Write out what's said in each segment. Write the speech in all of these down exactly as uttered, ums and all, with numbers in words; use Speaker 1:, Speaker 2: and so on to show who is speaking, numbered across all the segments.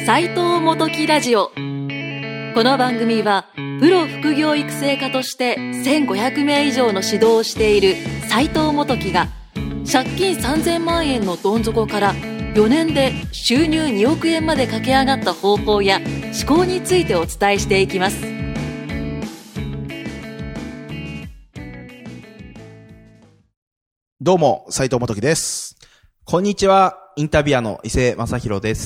Speaker 1: 斉藤元木ラジオ。この番組はプロ副業育成家としてせんごひゃくめい以上の指導をしている斉藤元木が、借金さんぜんまんえんのどん底からよねんで収入におくえんまで駆け上がった方法や思考についてお伝えしていきます。
Speaker 2: どうも、斉藤元樹です。
Speaker 3: こんにちは、インタビュアーの伊勢正弘です。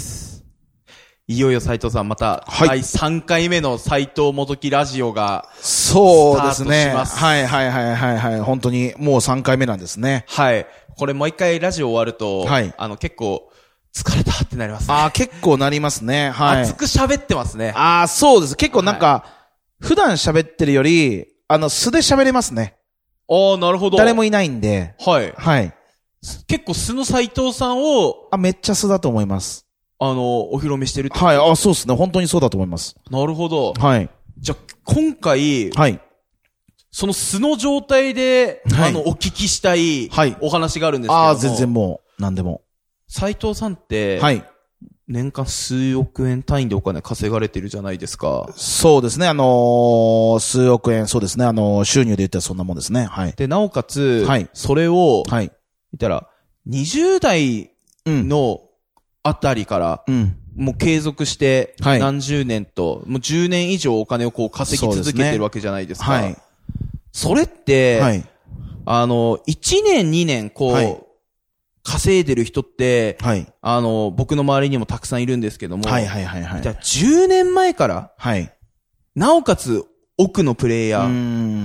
Speaker 3: いよいよ斉藤さん、また、はい、だいさんかいめの斉藤元樹ラジオが、
Speaker 2: そうですね。
Speaker 3: スタートします。
Speaker 2: はいはいはいはいはい。本当に、もうさんかいめなんですね。
Speaker 3: はい。これもう一回ラジオ終わると、はい。あの、結構、疲れたってなりますね。
Speaker 2: ああ、結構なりますね。はい。
Speaker 3: 熱く喋ってますね。
Speaker 2: ああ、そうです。結構なんか、はい、普段喋ってるより、あの、素で喋れますね。
Speaker 3: ああ、なるほど。
Speaker 2: 誰もいないんで。
Speaker 3: はい。
Speaker 2: はい。
Speaker 3: 結構素の斉藤さんを、
Speaker 2: あ、めっちゃ素だと思います。
Speaker 3: あの、お披露目してるって。
Speaker 2: はい。あ、そうですね。本当にそうだと思います。
Speaker 3: なるほど。
Speaker 2: はい。
Speaker 3: じゃあ、今回、
Speaker 2: はい。
Speaker 3: その素の状態で、はい、あの、お聞きしたい、はい。お話があるんですけども。
Speaker 2: ああ、全然もう、何でも。
Speaker 3: 斉藤さんって、はい。年間数億円単位でお金稼がれてるじゃないですか。
Speaker 2: そうですね。あのー、数億円、そうですね。あのー、収入で言ったらそんなもんですね。はい。
Speaker 3: で、なおかつ、はい。それを、はい。見たら、にじゅう代のあたりから、うん。もう継続して、何十年と、はい、もうじゅうねん以上お金をこう稼ぎ続けてるわけじゃないですか。はい。それって、はい。あの、いちねんにねん、こう、はい、稼いでる人って、はい。あの、僕の周りにもたくさんいるんですけども。
Speaker 2: はいはいはいはい。
Speaker 3: じゃあじゅうねんまえから、はい。なおかつ、奥のプレイヤーって、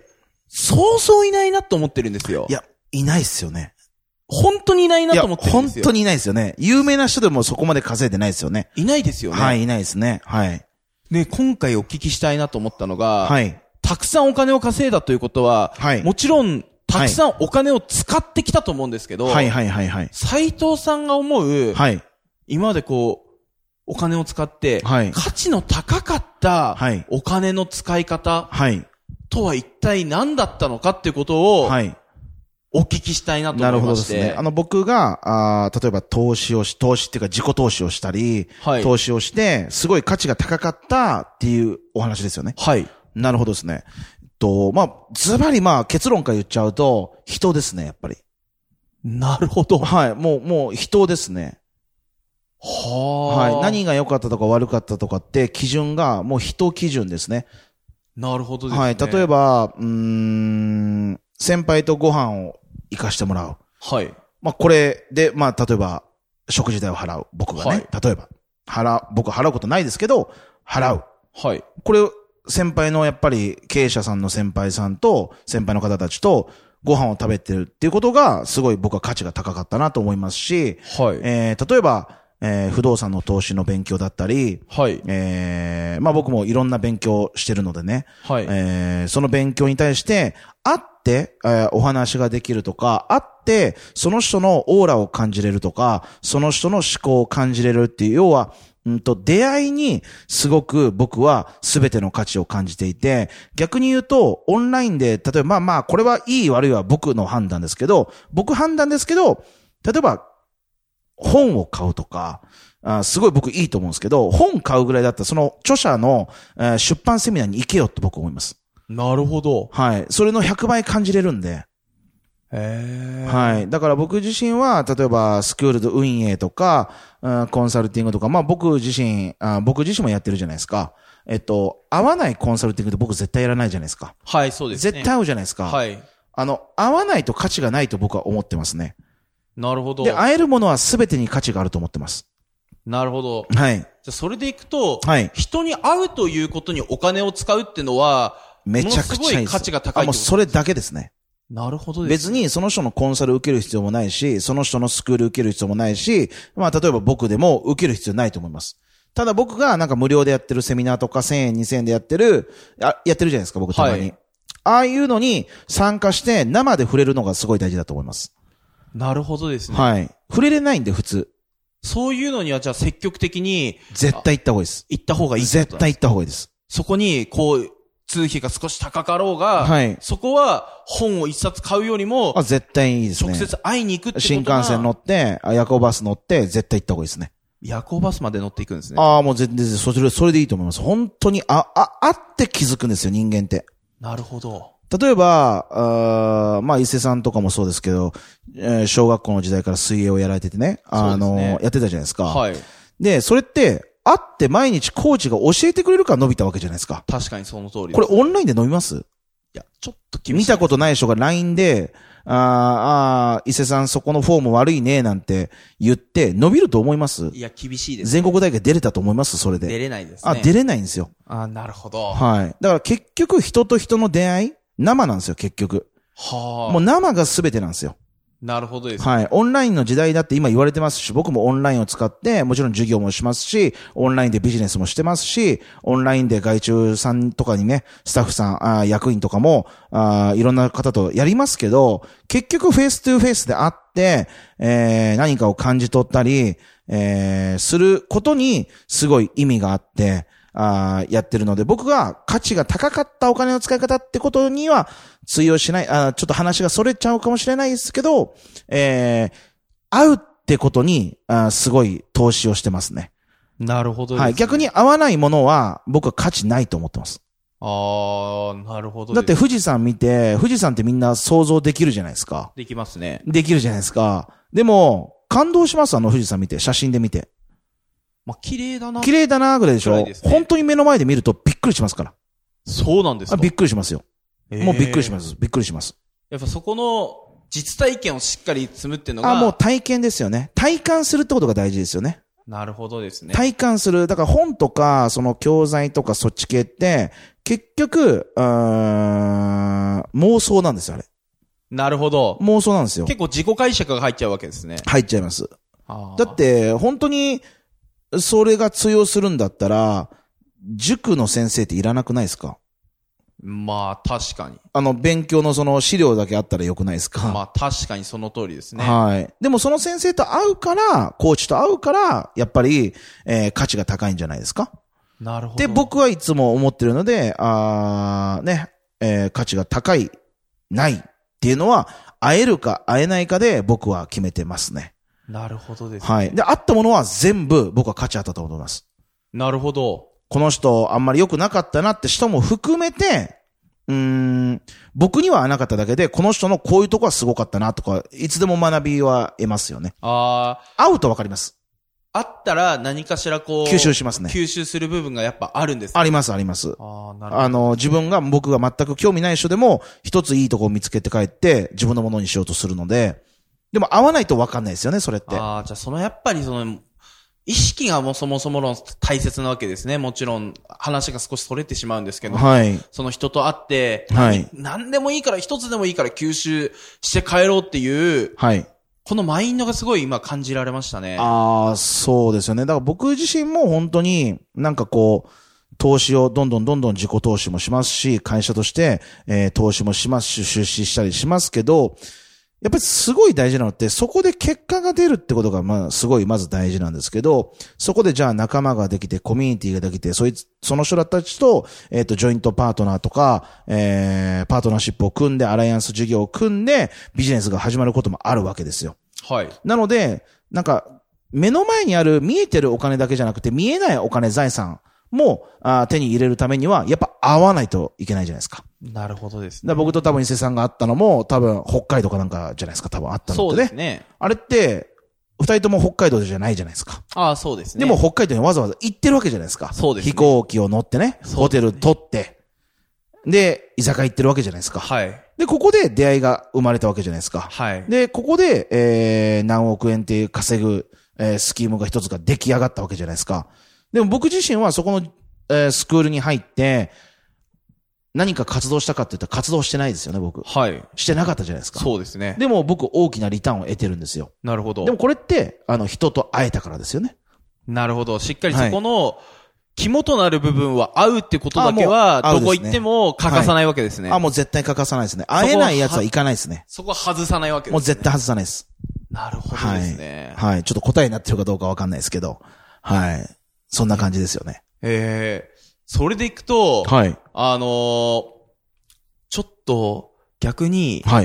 Speaker 3: そうそういないなと思ってるんですよ。
Speaker 2: いや、いないっすよね。
Speaker 3: 本当にいないなと思ってるんですよ。
Speaker 2: 本当にいないですよね。有名な人でもそこまで稼いでないですよね。
Speaker 3: いないですよね。
Speaker 2: はい、いないですね。はい。
Speaker 3: で、今回お聞きしたいなと思ったのが、はい。たくさんお金を稼いだということは、はい。もちろん、たくさんお金を使ってきたと思うんですけど、
Speaker 2: はいはいはいはい。
Speaker 3: 斉藤さんが思う、はい。今までこう、お金を使って、はい。価値の高かった、はい。お金の使い方、はい。とは一体何だったのかっていうことを、はい。お聞きしたいなと思いまして。なるほどですね。
Speaker 2: あの、僕が、あ例えば投資をし、投資っていうか自己投資をしたり、はい。投資をして、すごい価値が高かったっていうお話ですよね。はい。なるほどですね。と、まあ、ズバリまあ結論から言っちゃうと、人ですね、やっぱり。
Speaker 3: なるほど。
Speaker 2: はい、もう、もう人ですね。
Speaker 3: はあ。
Speaker 2: はい。何が良かったとか悪かったとかって基準がもう人基準ですね。
Speaker 3: なるほどですね。
Speaker 2: はい。例えば、うーん、先輩とご飯を行かしてもらう。はい。まあ、これで、まあ、例えば、食事代を払う。僕がね。はい、例えば、払う、僕払うことないですけど、払う。はい。これ、先輩のやっぱり経営者さんの先輩さんと先輩の方たちとご飯を食べてるっていうことがすごい僕は価値が高かったなと思いますし、はい。えー、例えば、えー、不動産の投資の勉強だったり、はい。えー、まあ僕もいろんな勉強してるのでね、はい。えー、その勉強に対して会って、えー、お話ができるとか、会ってその人のオーラを感じれるとか、その人の思考を感じれるっていう、要はうんと、出会いにすごく僕は全ての価値を感じていて、逆に言うと、オンラインで、例えばまあまあ、これはいい悪いは僕の判断ですけど、僕判断ですけど、例えば、本を買うとか、あすごい僕いいと思うんですけど、本買うぐらいだったら、その著者の、えー、出版セミナーに行けよって僕思います。
Speaker 3: なるほど。
Speaker 2: はい。それのひゃくばい感じれるんで。
Speaker 3: へー。
Speaker 2: はい。だから僕自身は、例えば、スクールド運営とか、うん、コンサルティングとか、まあ僕自身あ、僕自身もやってるじゃないですか。えっと、合わないコンサルティングって僕絶対やらないじゃないですか。
Speaker 3: はい、そうですね。
Speaker 2: 絶対合うじゃないですか。はい。あの、合わないと価値がないと僕は思ってますね。
Speaker 3: なるほど。
Speaker 2: で、会えるものは全てに価値があると思ってます。
Speaker 3: なるほど。
Speaker 2: はい。
Speaker 3: じゃあそれでいくと、はい。人に会うということにお金を使うってのは、めちゃくちゃいいです。ものすごい価値が高いってことです。あ、
Speaker 2: もうそれだけですね。
Speaker 3: なるほどです、
Speaker 2: ね。別にその人のコンサル受ける必要もないし、その人のスクール受ける必要もないし、まあ例えば僕でも受ける必要ないと思います。ただ僕がなんか無料でやってるセミナーとかせんえん、にせんえんでやってる、あやってるじゃないですか、僕たまに。はい、ああいうのに参加して生で触れるのがすごい大事だと思います。
Speaker 3: なるほどですね。
Speaker 2: はい。触れれないんで普通。
Speaker 3: そういうのにはじゃあ積極的に。
Speaker 2: 絶対行った方がいいです。
Speaker 3: 行った方がいいです。
Speaker 2: 絶対行った方がいいです。
Speaker 3: そこに、こう、通費が少し高かろうが、はい。そこは本を一冊買うよりも、
Speaker 2: あ、絶対いいですね。
Speaker 3: 直接会いに行くってことが
Speaker 2: 新幹線乗って、夜行バス乗って、絶対行った方がいいですね。
Speaker 3: 夜行バスまで乗っていくんですね。
Speaker 2: ああ、もう全然、それ、それでいいと思います。本当に、あ、あ、あって気づくんですよ、人間って。
Speaker 3: なるほど。
Speaker 2: 例えば、あまあ、伊勢さんとかもそうですけど、えー、小学校の時代から水泳をやられててね、あの、ね、やってたじゃないですか。はい。で、それって、会って毎日コーチが教えてくれるから伸びたわけじゃないですか。
Speaker 3: 確かにその通りです。
Speaker 2: これオンラインで伸びます？い
Speaker 3: や、ちょっと厳しい。
Speaker 2: 見たことない人が ライン で、ああ、伊勢さんそこのフォーム悪いね、なんて言って伸びると思います？
Speaker 3: いや、厳しいです、ね。
Speaker 2: 全国大会出れたと思います？それで。
Speaker 3: 出れないですね。
Speaker 2: あ、出れないんですよ。
Speaker 3: あ、なるほど。
Speaker 2: はい。だから結局人と人の出会い、生なんですよ、結局。はあ。もう生が全てなんですよ。
Speaker 3: なるほどです、
Speaker 2: ね。はい。オンラインの時代だって今言われてますし、僕もオンラインを使って、もちろん授業もしますし、オンラインでビジネスもしてますし、オンラインで外注さんとかにね、スタッフさん、あ役員とかも、あいろんな方とやりますけど、結局フェイストゥーフェイスで会って、えー、何かを感じ取ったり、えー、することにすごい意味があって、あやってるので、僕が価値が高かったお金の使い方ってことには通用しない、あちょっと話がそれちゃうかもしれないですけど、えー、会うってことにあすごい投資をしてますね。
Speaker 3: なるほどですね。
Speaker 2: はい。逆に合わないものは僕は価値ないと思ってます。
Speaker 3: ああ、なるほどです。
Speaker 2: だって富士山見て、富士山ってみんな想像できるじゃないですか。
Speaker 3: できますね。
Speaker 2: できるじゃないですか。でも、感動します、あの富士山見て、写真で見て。
Speaker 3: まあ、綺麗だな。
Speaker 2: 綺麗だなぐらいでしょ、ね、本当に目の前で見るとびっくりしますから。
Speaker 3: そうなんですか？
Speaker 2: あびっくりしますよ。えー、もうびっくりします。びっくりします。
Speaker 3: やっぱそこの実体験をしっかり積むっていうのが。
Speaker 2: あ、もう体験ですよね。体感するってことが大事ですよね。
Speaker 3: なるほどですね。
Speaker 2: 体感する。だから本とか、その教材とかそっち系って、結局、うーん、妄想なんですよ、あれ。
Speaker 3: なるほど。
Speaker 2: 妄想なんですよ。
Speaker 3: 結構自己解釈が入っちゃうわけですね。
Speaker 2: 入っちゃいます。だって、本当に、それが通用するんだったら、塾の先生っていらなくないですか？
Speaker 3: まあ、確かに。
Speaker 2: あの、勉強のその資料だけあったらよくないですか？
Speaker 3: まあ、確かにその通りですね。
Speaker 2: はい。でもその先生と会うから、コーチと会うから、やっぱり、えー、価値が高いんじゃないですか？
Speaker 3: なるほど。
Speaker 2: で、僕はいつも思ってるので、あー、ね、えー、価値が高い、ないっていうのは、会えるか会えないかで僕は決めてますね。
Speaker 3: なるほどですね。
Speaker 2: はい。で、あったものは全部僕は価値あったと思います。
Speaker 3: なるほど。
Speaker 2: この人あんまり良くなかったなって人も含めて、うーん、僕には合わなかっただけで、この人のこういうとこはすごかったなとか、いつでも学びは得ますよね。ああ。会うとわかります。
Speaker 3: 会ったら何かしらこう。
Speaker 2: 吸収しますね。
Speaker 3: 吸収する部分がやっぱあるんですね。
Speaker 2: あります、あります。
Speaker 3: ああ、なるほど。
Speaker 2: あの、自分が、僕が全く興味ない人でも、一ついいとこを見つけて帰って、自分のものにしようとするので、でも会わないと分かんないですよね、それって。
Speaker 3: ああ、じゃあそのやっぱりその、意識がもそもそもの大切なわけですね。もちろん話が少し逸れてしまうんですけど、はい。その人と会って、はい。何でもいいから一つでもいいから吸収して帰ろうっていう、はい。このマインドがすごい今感じられましたね。
Speaker 2: ああ、そうですよね。だから僕自身も本当になんかこう、投資をどんどんどんどん自己投資もしますし、会社として、えー、投資もしますし、出資したりしますけど、やっぱりすごい大事なのって、そこで結果が出るってことが、まあ、すごいまず大事なんですけど、そこでじゃあ仲間ができて、コミュニティができて、そいつ、その人たちと、えっと、ジョイントパートナーとか、えー、パートナーシップを組んで、アライアンス事業を組んで、ビジネスが始まることもあるわけですよ。はい。なので、なんか、目の前にある見えてるお金だけじゃなくて、見えないお金、財産もあ手に入れるためには、やっぱ合わないといけないじゃないですか。
Speaker 3: なるほどですね。
Speaker 2: だ僕と多分伊勢さんがあったのも、多分北海道かなんかじゃないですか、多分あったのってね。そうですね。あれって、二人とも北海道じゃないじゃないですか。
Speaker 3: ああ、そうですね。
Speaker 2: でも北海道にわざわざ行ってるわけじゃないですか。そうですね。飛行機を乗ってね、ホテル取って、で、居酒屋行ってるわけじゃないですか。はい。で、ここで出会いが生まれたわけじゃないですか。はい。で、ここで、えー、何億円っていう稼ぐ、えー、スキームが一つが出来上がったわけじゃないですか。でも僕自身はそこの、えー、スクールに入って、何か活動したかって言ったら活動してないですよね、僕。はい。してなかったじゃないですか。そうですね。でも僕大きなリターンを得てるんですよ。なるほど。でもこれって、あの、人と会えたからですよね。なるほど。しっかりそこの、はい、肝となる部分は会うってことだけは、どこ行っても欠かさないわけですね。あ、もう絶対欠かさないですね。会えない奴は行かないですね。そこは外さないわけですね。もう絶対外さないです。なるほどですね。はい。はい。ちょっと答えになってるかどうかわかんないですけど。はい。そんな感じですよね。ええー。それでいくと、はい。あのー、ちょっと逆に、はい。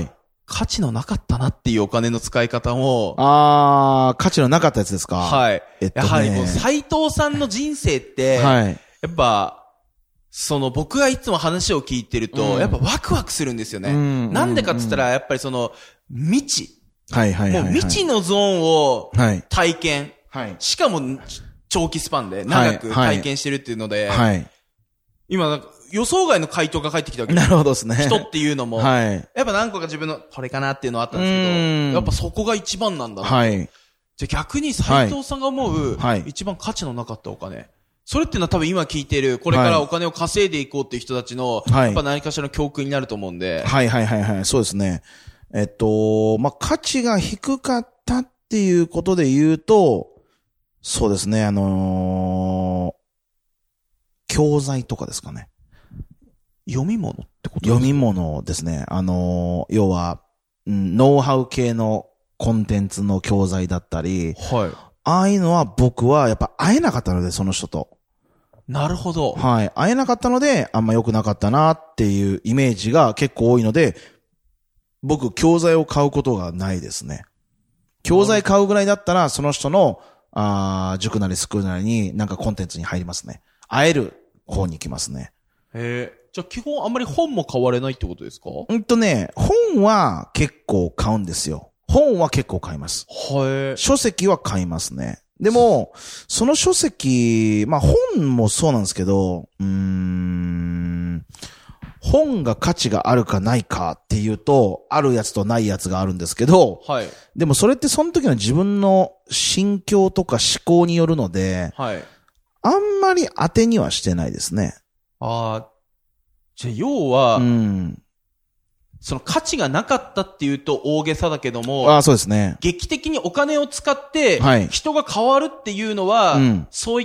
Speaker 3: 価値のなかったなっていうお金の使い方も。
Speaker 2: あー、価値のなかったやつですか？
Speaker 3: はい。えっとね、やはりこう、斉藤さんの人生って、はい。やっぱ、その僕がいつも話を聞いてると、うん、やっぱワクワクするんですよね。うん、なんでかって言ったら、やっぱりその、未知。はいはいはい、はい。もう未知のゾーンを体験。はい。しかも、長期スパンで長く体験してるっていうので、はい。はい、今、予想外の回答が返ってきたわけです。
Speaker 2: なるほどですね。
Speaker 3: 人っていうのも。はい。やっぱ何個か自分の、これかなっていうのはあったんですけど、やっぱそこが一番なんだな。はい。じゃあ逆に斉藤さんが思う、はい、一番価値のなかったお金。それっていうのは多分今聞いている、これからお金を稼いでいこうっていう人たちの、はい、やっぱ何かしらの教訓になると思うんで。
Speaker 2: はいはいはいはい。そうですね。えっと、まあ、価値が低かったっていうことで言うと、そうですね、あのー、教材とかですかね。
Speaker 3: 読み物ってことですか？
Speaker 2: 読み物ですね。あのー、要は、うん、ノウハウ系のコンテンツの教材だったり、はい。ああいうのは僕はやっぱ会えなかったので、その人と。
Speaker 3: なるほど。
Speaker 2: はい。会えなかったので、あんま良くなかったなっていうイメージが結構多いので、僕、教材を買うことがないですね。教材買うぐらいだったら、その人の、あ塾なりスクールなりになんかコンテンツに入りますね。会える方に行きますね。
Speaker 3: へえ。じゃあ基本あんまり本も買われないってことですか？
Speaker 2: うんとね、本は結構買うんですよ。本は結構買います。はい。書籍は買いますね。でも、その書籍、まあ本もそうなんですけど、うーん、本が価値があるかないかっていうと、あるやつとないやつがあるんですけど、はい。でもそれってその時の自分の心境とか思考によるので、はい。あんまり当てにはしてないですね。
Speaker 3: ああ、じゃあ要は、うん。その価値がなかったっていうと大げさだけども、
Speaker 2: ああ、そうですね。
Speaker 3: 劇的にお金を使って、人が変わるっていうのは、はい、そういった、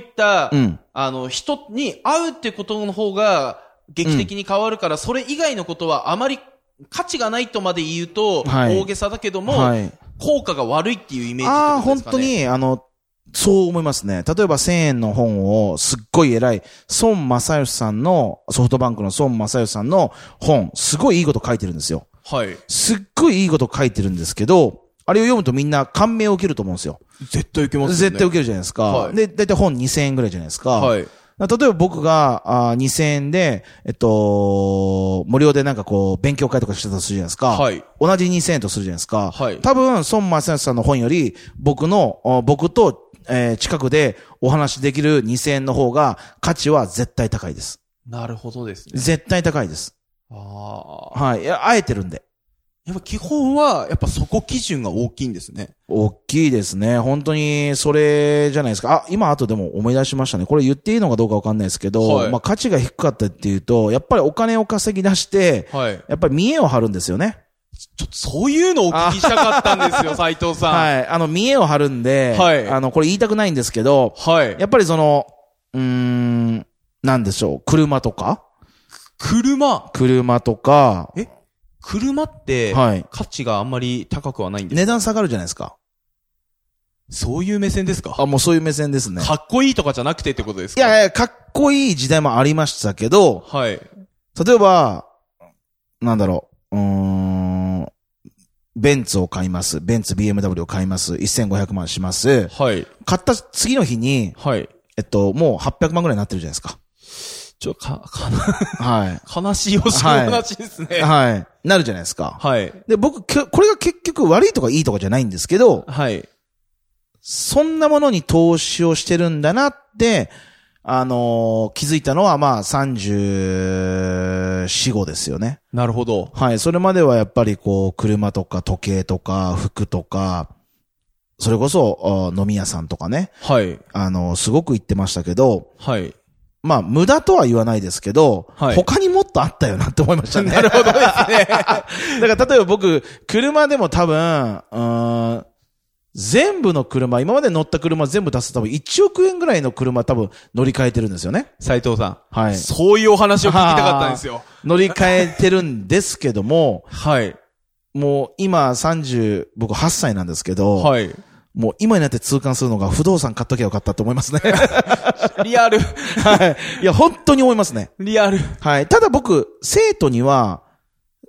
Speaker 3: うん、あの、人に会うってことの方が、劇的に変わるから、うん、それ以外のことはあまり価値がないとまで言うと、はい、大げさだけども、はい、効果が悪いっていうイメージってことですかね。ああ、
Speaker 2: 本当に、あの、そう思いますね。例えばせんえんの本をすっごい偉い、孫正義さんの、ソフトバンクの孫正義さんの本、すごいいいこと書いてるんですよ。はい。すっごいいいこと書いてるんですけど、あれを読むとみんな感銘を受けると思うんですよ。
Speaker 3: 絶対受けますね。
Speaker 2: 絶対受けるじゃないですか。はい。で、だいたい本にせんえんぐらいじゃないですか。はい。例えば僕が、あにせんえんで、えっと、無料でなんかこう、勉強会とかしてたとするじゃないですか。はい。同じにせんえんとするじゃないですか。はい。多分、孫正義さんの本より、僕の、僕と、えー、近くでお話できるにせんえんの方が価値は絶対高いです。
Speaker 3: なるほどですね。
Speaker 2: 絶対高いです。ああ。はい。いや、会えてるんで。
Speaker 3: やっぱ基本は、やっぱそこ基準が大きいんですね。
Speaker 2: 大きいですね。本当に、それじゃないですか。あ、今後でも思い出しましたね。これ言っていいのかどうかわかんないですけど、はい、まあ価値が低かったっていうと、やっぱりお金を稼ぎ出して、はい、やっぱり見栄を張るんですよね。
Speaker 3: ちょっとそういうのをお聞きしたかったんですよ、斉藤さん。
Speaker 2: はい。あの、見栄を張るんで、はい。あの、これ言いたくないんですけど、はい。やっぱりその、うーん、なんでしょう、車とか
Speaker 3: 車
Speaker 2: 車とか、
Speaker 3: え車って、はい。価値があんまり高くはないんですか？
Speaker 2: 値段下がるじゃないですか。
Speaker 3: そういう目線ですか？
Speaker 2: あ、もうそういう目線ですね。
Speaker 3: かっこいいとかじゃなくてってことですか？
Speaker 2: いやいや、かっこいい時代もありましたけど、はい。例えば、なんだろう、うーん、ベンツを買います。ベンツ ビーエムダブリュー を買います。せんごひゃくまんします。はい。買った次の日に、はい。えっと、もうはっぴゃくまんぐらいになってるじゃないですか。
Speaker 3: ちょ、か、かな、はい。悲しいおしの話ですね、
Speaker 2: はい。はい。なるじゃないですか。はい。で、僕、これが結局悪いとかいいとかじゃないんですけど、はい。そんなものに投資をしてるんだなって、あのー、気づいたのは、まあ、さんじゅうよん、ごですよね。
Speaker 3: なるほど。
Speaker 2: はい。それまではやっぱりこう、車とか時計とか服とか、それこそ、飲み屋さんとかね。はい。あのー、すごく言ってましたけど、はい。まあ、無駄とは言わないですけど、はい、他にもっとあったよなって思いましたね。
Speaker 3: なるほどですね。
Speaker 2: だから例えば僕、車でも多分、うーん、全部の車、今まで乗った車全部足すと多分いちおくえんぐらいの車多分乗り換えてるんですよね。
Speaker 3: 斉藤さん。はい。そういうお話を聞きたかったんですよ。
Speaker 2: 乗り換えてるんですけども、はい。もう今さんじゅう、僕はっさいなんですけど、はい。もう今になって痛感するのが不動産買っときゃよかったと思いますね。
Speaker 3: リアル。
Speaker 2: はい。いや、本当に思いますね。
Speaker 3: リアル。
Speaker 2: はい。ただ僕、生徒には、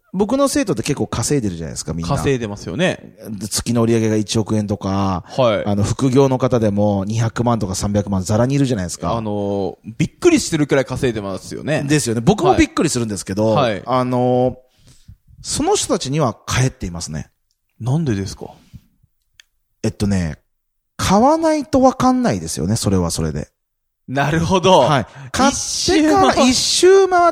Speaker 2: 僕の生徒って結構稼いでるじゃないですか、みんな。
Speaker 3: 稼いでますよね。
Speaker 2: 月の売り上げがいちおくえんとか、
Speaker 3: はい。
Speaker 2: あの、副業の方でもにひゃくまんとかさんびゃくまんザラにいるじゃないですか。
Speaker 3: あの、びっくりしてるくらい稼いでますよね。
Speaker 2: ですよね。僕もびっくりするんですけど、
Speaker 3: はい。
Speaker 2: あの、その人たちには返っていますね。
Speaker 3: なんでですか？
Speaker 2: えっとね、買わないとわかんないですよね、それはそれで。
Speaker 3: なるほど。
Speaker 2: はい。買ってから一周回って、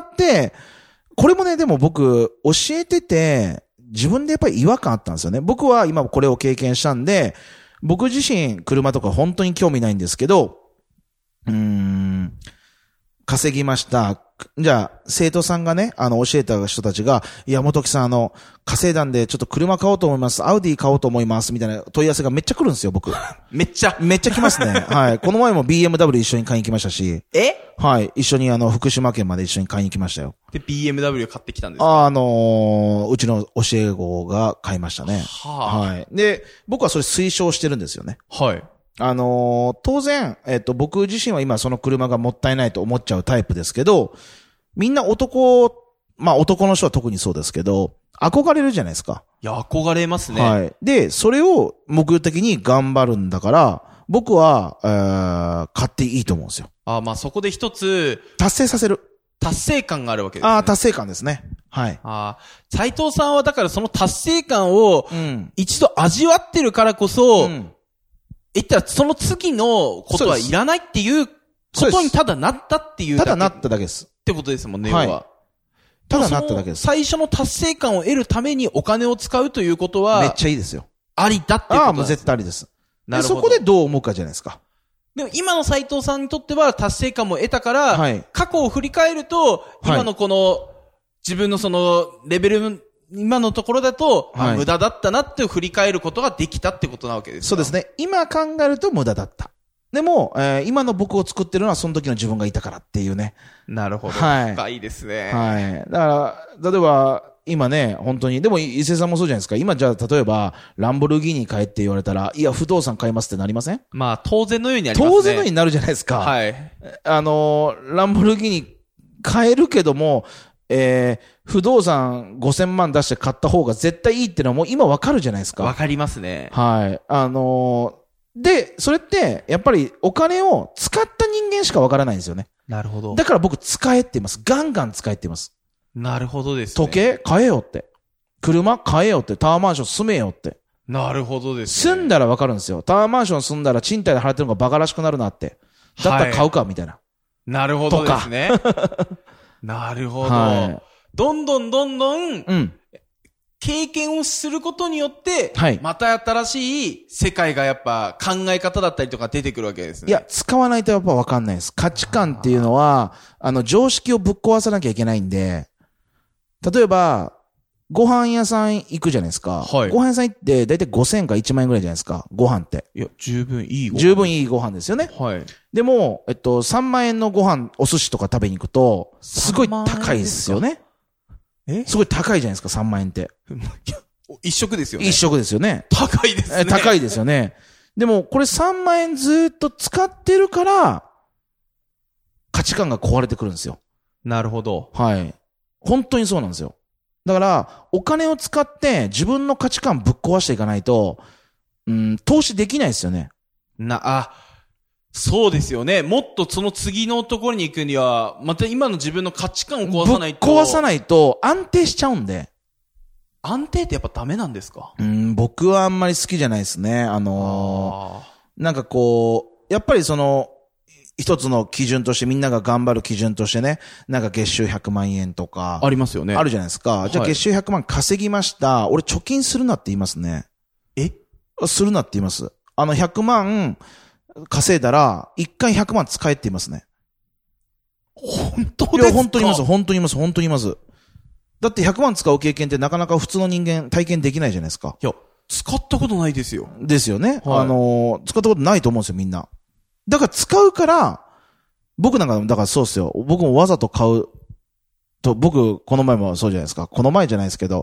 Speaker 2: これもね、でも僕、教えてて、自分でやっぱり違和感あったんですよね。僕は今これを経験したんで、僕自身車とか本当に興味ないんですけど、うーん、稼ぎました。じゃあ、生徒さんがね、あの、教えた人たちが、いや、元木さん、あの、稼いだんで、ちょっと車買おうと思います。アウディ買おうと思います。みたいな問い合わせがめっちゃ来るんですよ、僕。
Speaker 3: めっちゃ。
Speaker 2: めっちゃ来ますね。はい。この前も ビーエムダブリュー 一緒に買いに来ましたし。
Speaker 3: え？
Speaker 2: はい。一緒にあの、福島県まで一緒に買いに来ましたよ。
Speaker 3: で、ビーエムダブリュー 買ってきたんですか？
Speaker 2: あ、あのー、うちの教え子が買いましたね。
Speaker 3: はあ、
Speaker 2: はい。で、僕はそれ推奨してるんですよね。
Speaker 3: はい。
Speaker 2: あのー、当然、えっと、僕自身は今その車がもったいないと思っちゃうタイプですけど、みんな男、まあ男の人は特にそうですけど、憧れるじゃないですか。
Speaker 3: いや、憧れますね。
Speaker 2: はい。で、それを目標的に頑張るんだから、僕は、えー、買っていいと思うんですよ。
Speaker 3: あ、まあそこで一つ、
Speaker 2: 達成させる。
Speaker 3: 達成感があるわけですね。
Speaker 2: ああ、達成感ですね。はい。
Speaker 3: ああ、斉藤さんはだからその達成感を、
Speaker 2: うん、
Speaker 3: 一度味わってるからこそ、うん、言ったらその次のことはいらないっていうことにただなったっていうだけ。
Speaker 2: ただなっただけです。
Speaker 3: ってことですもんね、
Speaker 2: はい、
Speaker 3: 要は。
Speaker 2: ただなっただけです。
Speaker 3: 最初の達成感を得るためにお金を使うということは、
Speaker 2: めっちゃいいですよ。
Speaker 3: ありだっていうことです。
Speaker 2: ああ、もう絶対ありです。なるほど。で、そこでどう思うかじゃないですか。
Speaker 3: でも今の斉藤さんにとっては達成感も得たから、はい、過去を振り返ると、今のこの、はい、自分のそのレベル、今のところだと、はい、無駄だったなって振り返ることができたってことなわけですか？
Speaker 2: そうですね。今考えると無駄だった。でも、えー、今の僕を作ってるのはその時の自分がいたからっていうね。
Speaker 3: なるほど。
Speaker 2: はい。
Speaker 3: 深いですね。
Speaker 2: はい。だから、例えば、今ね、本当に、でも伊勢さんもそうじゃないですか。今じゃあ、例えば、ランボルギーニ買えって言われたら、いや、不動産買いますってなりません？
Speaker 3: まあ、当然のようになりますね。
Speaker 2: 当然のようになるじゃないですか。
Speaker 3: はい。
Speaker 2: あの、ランボルギーニ買えるけども、えー、不動産ごせんまん出して買った方が絶対いいってのはもう今わかるじゃないですか。
Speaker 3: わかりますね。
Speaker 2: はい。あのー、で、それって、やっぱりお金を使った人間しかわからないんですよね。
Speaker 3: なるほど。
Speaker 2: だから僕使えって言います。ガンガン使えって言います。
Speaker 3: なるほどですね。
Speaker 2: 時計買えよって。車買えよって。タワーマンション住めよって。
Speaker 3: なるほどですね。
Speaker 2: 住んだらわかるんですよ。タワーマンション住んだら賃貸で払ってるのがバカらしくなるなって。だったら買うか、みたいな、はい。
Speaker 3: なるほどですね。なるほど。はい、どんどんどんどん、うん。経験をすることによって、はい。また新しい世界がやっぱ考え方だったりとか出てくるわけですね。
Speaker 2: いや、使わないとやっぱわかんないです。価値観っていうのは、あの、常識をぶっ壊さなきゃいけないんで、例えば、ご飯屋さん行くじゃないですか。はい。ご飯屋さん行って、だいたいごせんかいちまん円ぐらいじゃないですか。ご飯って。
Speaker 3: いや、十分いいご飯。
Speaker 2: 十分いいご飯ですよね。はい。でも、えっと、さんまん円のご飯、お寿司とか食べに行くと、すごい高いですよね。えすごい高いじゃないですか、さんまん円って。
Speaker 3: 一食ですよね。
Speaker 2: 一食ですよね。
Speaker 3: 高いですね。
Speaker 2: 高いですよね。でも、これさんまん円ずっと使ってるから、価値観が壊れてくるんですよ。
Speaker 3: なるほど。
Speaker 2: はい。本当にそうなんですよ。だから、お金を使って自分の価値観ぶっ壊していかないと、うん、投資できないですよね。
Speaker 3: な、あ、そうですよね。もっとその次のところに行くには、また今の自分の価値観を壊さないと。
Speaker 2: ぶっ壊さないと安定しちゃうんで。
Speaker 3: 安定ってやっぱダメなんですか？
Speaker 2: うん、僕はあんまり好きじゃないですね。あのー、なんかこう、やっぱりその、一つの基準としてみんなが頑張る基準としてね、なんか月収ひゃくまん円とか。
Speaker 3: ありますよね。
Speaker 2: あるじゃないですか。はい、じゃあ月収ひゃくまん稼ぎました。俺貯金するなって言いますね。
Speaker 3: え？
Speaker 2: するなって言います。あのひゃくまん稼いだら、一回ひゃくまん使えって言いますね。
Speaker 3: 本当ですか？
Speaker 2: いや、本当に言います。本当に言います。本当に言います。だってひゃくまん使う経験ってなかなか普通の人間体験できないじゃないですか。
Speaker 3: いや、使ったことないですよ。
Speaker 2: ですよね。はい、あのー、使ったことないと思うんですよ、みんな。だから使うから、僕なんか、だからそうですよ。僕もわざと買うと、僕、この前もそうじゃないですか。この前じゃないですけど、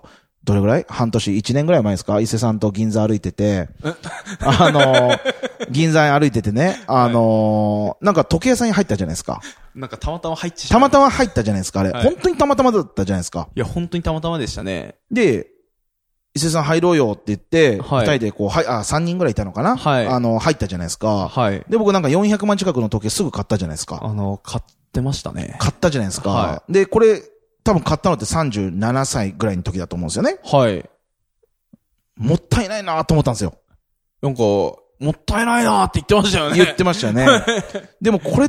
Speaker 2: どれぐらい半年、一年ぐらい前ですか伊勢さんと銀座歩いてて、あの、銀座歩いててね、あの、はい、なんか時計屋さんに入ったじゃないですか。
Speaker 3: なんかたまたま入ってし
Speaker 2: またまたま入ったじゃないですか、あれ。はい、本当にたまたまだったじゃないですか。
Speaker 3: いや、本当にたまたまでしたね。
Speaker 2: で、伊勢さん入ろうよって言って、二、はい、人でこう、はい、あ、三人ぐらいいたのかなはい。あの、入ったじゃないですか。はい。で、僕なんかよんひゃくまん近くの時計すぐ買ったじゃないですか。
Speaker 3: あの、買ってましたね。
Speaker 2: 買ったじゃないですか。はい。で、これ、多分買ったのってさんじゅうななさいぐらいの時だと思うんですよね。はい。もったいないなと思ったんですよ。
Speaker 3: なんか、もったいないなって言ってましたよね。
Speaker 2: 言ってましたよね。でもこれって、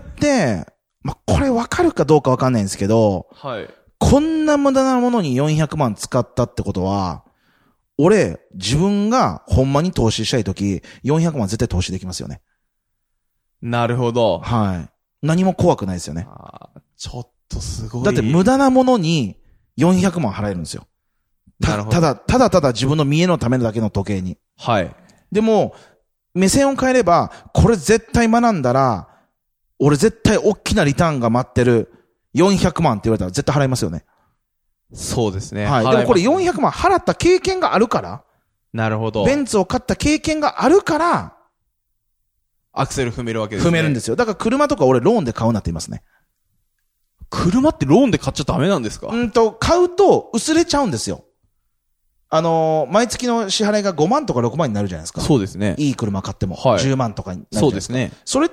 Speaker 2: まあ、これわかるかどうかわかんないんですけど、はい。こんな無駄なものによんひゃくまん使ったってことは、俺、自分がほんまに投資したいとき、よんひゃくまん絶対投資できますよね。
Speaker 3: なるほど。
Speaker 2: はい。何も怖くないですよね。
Speaker 3: あちょっとすごい。
Speaker 2: だって無駄なものによんひゃくまん払えるんですよ。ただ、ただ、ただただ自分の見栄のためだけの時計に。はい。でも、目線を変えれば、これ絶対学んだら、俺絶対大きなリターンが待ってるよんひゃくまんって言われたら絶対払いますよね。
Speaker 3: そうですね。
Speaker 2: はい。でもこれよんひゃくまん払った経験があるから。
Speaker 3: なるほど。
Speaker 2: ベンツを買った経験があるから、
Speaker 3: アクセル踏めるわけですね。
Speaker 2: 踏めるんですよ。だから車とか俺ローンで買うなって言いますね。
Speaker 3: 車ってローンで買っちゃダメなんですか？
Speaker 2: うんと、買うと薄れちゃうんですよ。あのー、毎月の支払いがごまんとかろくまんになるじゃないですか。
Speaker 3: そうですね。
Speaker 2: いい車買っても。はい。じゅうまんとかになるじゃないですか。そうですね。それって、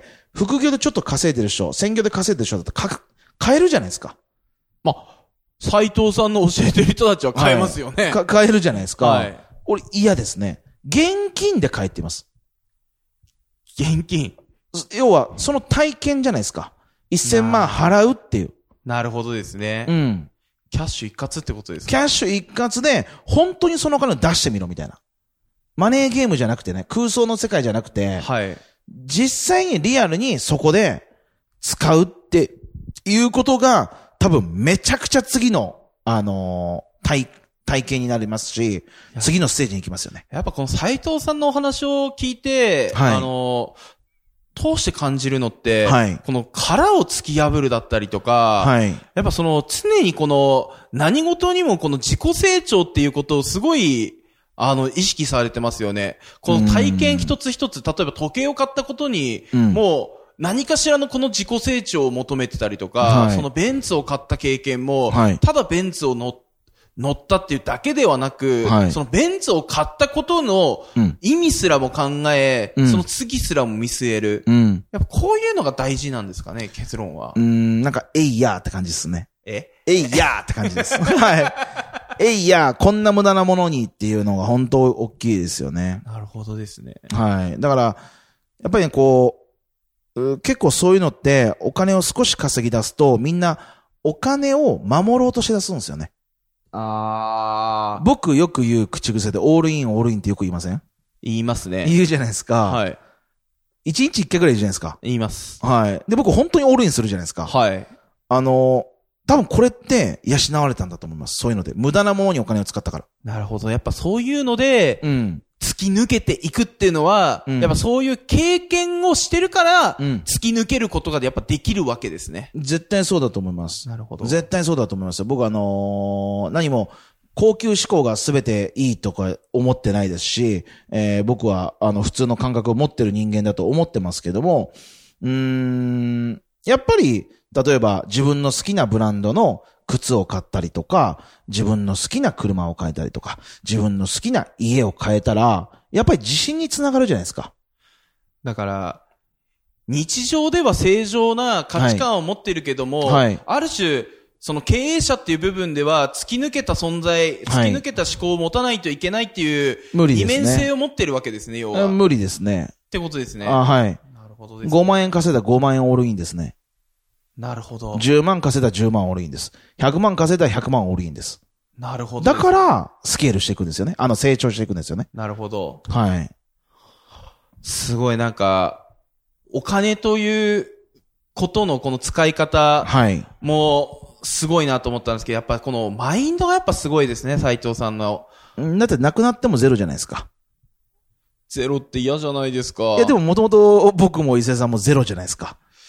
Speaker 2: 副業でちょっと稼いでる人、専業で稼いでる人だったら買えるじゃないですか。
Speaker 3: まあ、斉藤さんの教えてる人たちは買えますよね。
Speaker 2: はい、買えるじゃないですか。はい。俺嫌ですね。現金で買えって言います。
Speaker 3: 現金。
Speaker 2: 要は、その体験じゃないですか。せんまん払うっていう。
Speaker 3: なるほどですね。
Speaker 2: うん。
Speaker 3: キャッシュ一括ってことですね。
Speaker 2: キャッシュ一括で、本当にそのお金を出してみろみたいな。マネーゲームじゃなくてね、空想の世界じゃなくて、はい。実際にリアルにそこで使うっていうことが、多分めちゃくちゃ次の、あのー、体、体験になりますし、次のステージに行きますよね。
Speaker 3: やっぱこの斉藤さんのお話を聞いて、はい、あのー、通して感じるのって、はい、この殻を突き破るだったりとか、はい、やっぱその常にこの何事にもこの自己成長っていうことをすごい、あの、意識されてますよね。この体験一つ一つ、例えば時計を買ったことに、うん、もう何かしらのこの自己成長を求めてたりとか、はい、そのベンツを買った経験も、はい、ただベンツを乗って、乗ったっていうだけではなく、はい、そのベンツを買ったことの意味すらも考え、うん、その次すらも見据える、うん。やっぱこういうのが大事なんですかね、結論は。
Speaker 2: うーん、なんか、えいやーって感じですね。
Speaker 3: え
Speaker 2: えいやーって感じです。はい。えいやー、こんな無駄なものにっていうのが本当大きいですよね。
Speaker 3: なるほどですね。
Speaker 2: はい。だから、やっぱりね、こう、結構そういうのってお金を少し稼ぎ出すとみんなお金を守ろうとし出すんですよね。
Speaker 3: あー。
Speaker 2: 僕よく言う口癖でオールインオールインってよく言いません？
Speaker 3: 言いますね。
Speaker 2: 言うじゃないですか。
Speaker 3: はい。
Speaker 2: 一日一回ぐらい言うじゃないですか。
Speaker 3: 言います。
Speaker 2: はい。で、僕本当にオールインするじゃないですか。
Speaker 3: はい。
Speaker 2: あの、多分これって養われたんだと思います。そういうので。無駄なものにお金を使ったから。
Speaker 3: なるほど。やっぱそういうので、うん。突き抜けていくっていうのは、うん、やっぱそういう経験をしてるから、うん、突き抜けることがやっぱできるわけですね。
Speaker 2: 絶対そうだと思います。
Speaker 3: なるほど。
Speaker 2: 絶対そうだと思います。僕あのー、何も、高級志向が全ていいとか思ってないですし、えー、僕はあの普通の感覚を持ってる人間だと思ってますけども、うーん、やっぱり、例えば自分の好きなブランドの靴を買ったりとか、自分の好きな車を買えたりとか、自分の好きな家を買えたら、やっぱり自信につながるじゃないですか。
Speaker 3: だから、日常では正常な価値観を持っているけども、はいはい、ある種、その経営者っていう部分では突き抜けた存在、突き抜けた思考を持たないといけないっていう二面性を持ってるわけですね、要は。
Speaker 2: 無理ですね。
Speaker 3: ってことですね。
Speaker 2: あ、はい。なるほどですね。ごまん円稼いだらごまん円オールインですね。
Speaker 3: なるほど。
Speaker 2: じゅうまん稼いだらじゅうまんオールインです。ひゃくまん稼いだらひゃくまんオールインです。
Speaker 3: なるほど。
Speaker 2: だから、スケールしていくんですよね。あの、成長していくんですよね。
Speaker 3: なるほど。
Speaker 2: はい。
Speaker 3: すごいなんか、お金ということのこの使い方。はい。もう、すごいなと思ったんですけど、やっぱこのマインドがやっぱすごいですね、斉藤さんの。
Speaker 2: だってなくなってもゼロじゃないですか。
Speaker 3: ゼロって嫌じゃないですか。
Speaker 2: いやでももともと僕も伊勢さんもゼロじゃないですか。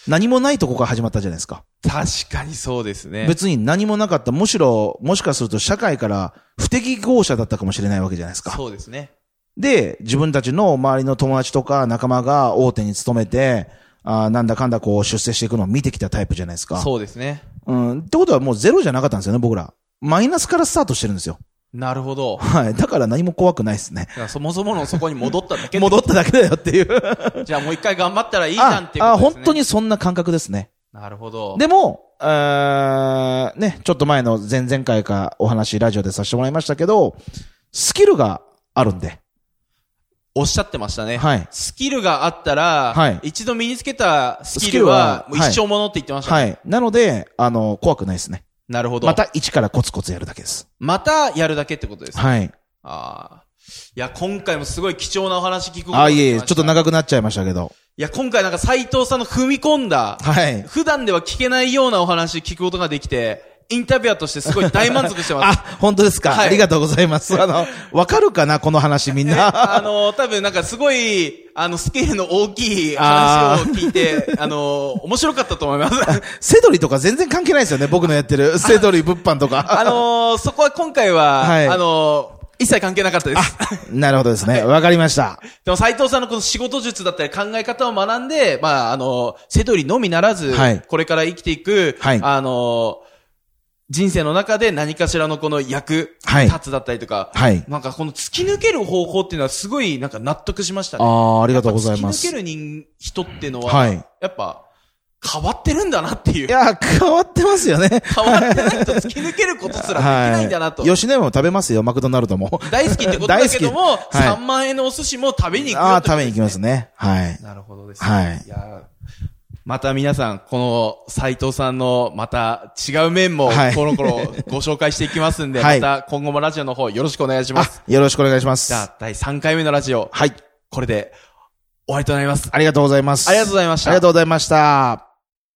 Speaker 2: 何もないとこから始まったじゃないですか。
Speaker 3: 確かにそうですね。
Speaker 2: 別に何もなかった。むしろ、もしかすると社会から不適合者だったかもしれないわけじゃないですか。
Speaker 3: そうですね。
Speaker 2: で、自分たちの周りの友達とか仲間が大手に勤めて、あなんだかんだこう出世していくのを見てきたタイプじゃないですか。
Speaker 3: そうですね。
Speaker 2: うん。ってことはもうゼロじゃなかったんですよね、僕ら。マイナスからスタートしてるんですよ。
Speaker 3: なるほど。
Speaker 2: はい。だから何も怖くないですね。
Speaker 3: そもそものそこに戻っただけ
Speaker 2: 戻っただけだよっていう。
Speaker 3: じゃあもう一回頑張ったらいいじゃんっていうことですね。
Speaker 2: あ、あ本当にそんな感覚ですね。
Speaker 3: なるほど。
Speaker 2: でも、あね、ちょっと前の前々回かお話ラジオでさせてもらいましたけど、スキルがあるんで。
Speaker 3: おっしゃってましたね。
Speaker 2: はい。
Speaker 3: スキルがあったら、
Speaker 2: はい。
Speaker 3: 一度身につけたスキルは、一生ものって言ってましたね。
Speaker 2: はい。はい。なので、あの、怖くないですね。
Speaker 3: なるほど。
Speaker 2: また一からコツコツやるだけです。
Speaker 3: またやるだけってことですね。
Speaker 2: はい。
Speaker 3: ああ。いや、今回もすごい貴重なお話聞くことができました。
Speaker 2: あ、いえいえ、ちょっと長くなっちゃいましたけど。
Speaker 3: いや、今回なんか斉藤さんの踏み込んだ、
Speaker 2: はい。
Speaker 3: 普段では聞けないようなお話聞くことができて、インタビュアーとしてすごい大満足してます。
Speaker 2: あ、本当ですか、はい、ありがとうございます。あの、わかるかなこの話みんな。
Speaker 3: あの、多分なんかすごい、あの、スケールの大きい話を聞いて、あ, あの、面白かったと思います。
Speaker 2: セドリとか全然関係ないですよね。僕のやってる。セドリ物販とか。
Speaker 3: あのー、そこは今回は、はい、あのー、一切関係なかったです。
Speaker 2: なるほどですね。わ、はい、かりました。
Speaker 3: でも斉藤さんのこの仕事術だったり考え方を学んで、まあ、あの、セドリのみならず、はい、これから生きていく、はい、あの、人生の中で何かしらのこの役、はい、立つだったりとか、はい、なんかこの突き抜ける方法っていうのはすごいなんか納得しましたね。
Speaker 2: ああ、ありがとうございます。
Speaker 3: 突き抜ける人、人っていうのは、はい、やっぱ、変わってるんだなっていう。
Speaker 2: いや、変わってますよね。
Speaker 3: 変わってないと突き抜けることすらできないんだなと。
Speaker 2: はい、吉野家も食べますよ、マクドナルドも。
Speaker 3: 大好きってことだけども、はい、さんまんえんのお寿司も食べに行くよ、ね。
Speaker 2: ああ、食べに行きますね。はい。
Speaker 3: なるほどですね。
Speaker 2: はい。
Speaker 3: いやまた皆さん、この斉藤さんのまた違う面も、この頃ご紹介していきますんで、はい、また今後もラジオの方よろしくお願いします。
Speaker 2: よろしくお願いします。
Speaker 3: じゃあ、だいさんかいめのラジオ。はい。これで終わりとなります。
Speaker 2: ありがとうございます。
Speaker 3: ありがとうございました。
Speaker 2: ありがとうございました。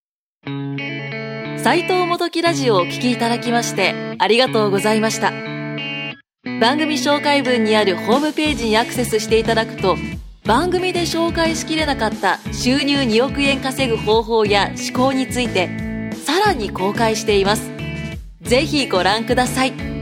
Speaker 1: 斉藤元木ラジオをお聞きいただきましてありがとうございました。番組紹介文にあるホームページにアクセスしていただくと、番組で紹介しきれなかった収入におくえん稼ぐ方法や思考についてさらに公開しています。ぜひご覧ください。